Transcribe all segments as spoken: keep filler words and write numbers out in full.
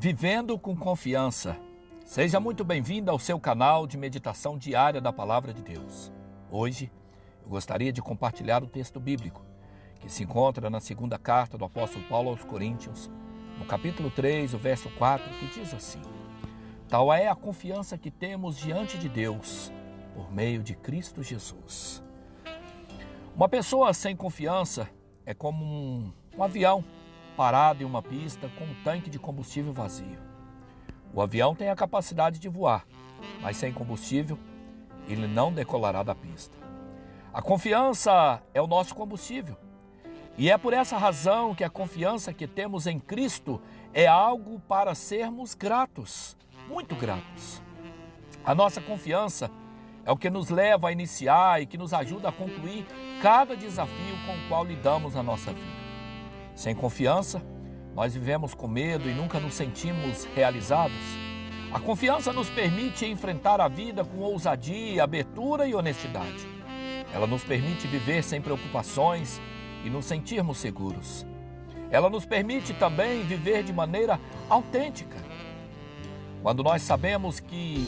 Vivendo com confiança. Seja muito bem-vindo ao seu canal de meditação diária da Palavra de Deus. Hoje, eu gostaria de compartilhar o texto bíblico que se encontra na segunda carta do apóstolo Paulo aos Coríntios, no capítulo três, o verso quatro, que diz assim: Tal é a confiança que temos diante de Deus, por meio de Cristo Jesus. Uma pessoa sem confiança é como um, um avião parado em uma pista com um tanque de combustível vazio. O avião tem a capacidade de voar, mas sem combustível, ele não decolará da pista. A confiança é o nosso combustível. E é por essa razão que a confiança que temos em Cristo é algo para sermos gratos, muito gratos. A nossa confiança é o que nos leva a iniciar e que nos ajuda a concluir cada desafio com o qual lidamos na nossa vida. Sem confiança, nós vivemos com medo e nunca nos sentimos realizados. A confiança nos permite enfrentar a vida com ousadia, abertura e honestidade. Ela nos permite viver sem preocupações e nos sentirmos seguros. Ela nos permite também viver de maneira autêntica. Quando nós sabemos que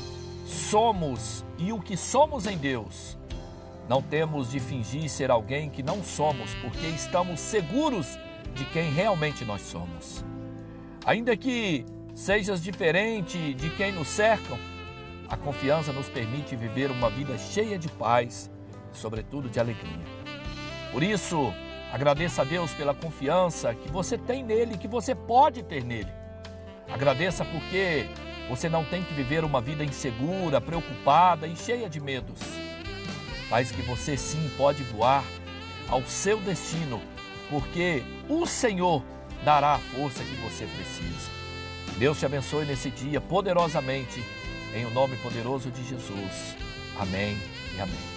somos e o que somos em Deus, não temos de fingir ser alguém que não somos, porque estamos seguros de quem realmente nós somos. Ainda que sejas diferente de quem nos cercam, a confiança nos permite viver uma vida cheia de paz, sobretudo de alegria. Por isso, agradeça a Deus pela confiança que você tem nele, que você pode ter nele. Agradeça porque você não tem que viver uma vida insegura, preocupada e cheia de medos, mas que você sim pode voar ao seu destino, porque o Senhor dará a força que você precisa. Deus te abençoe nesse dia poderosamente, em o nome poderoso de Jesus. Amém e amém.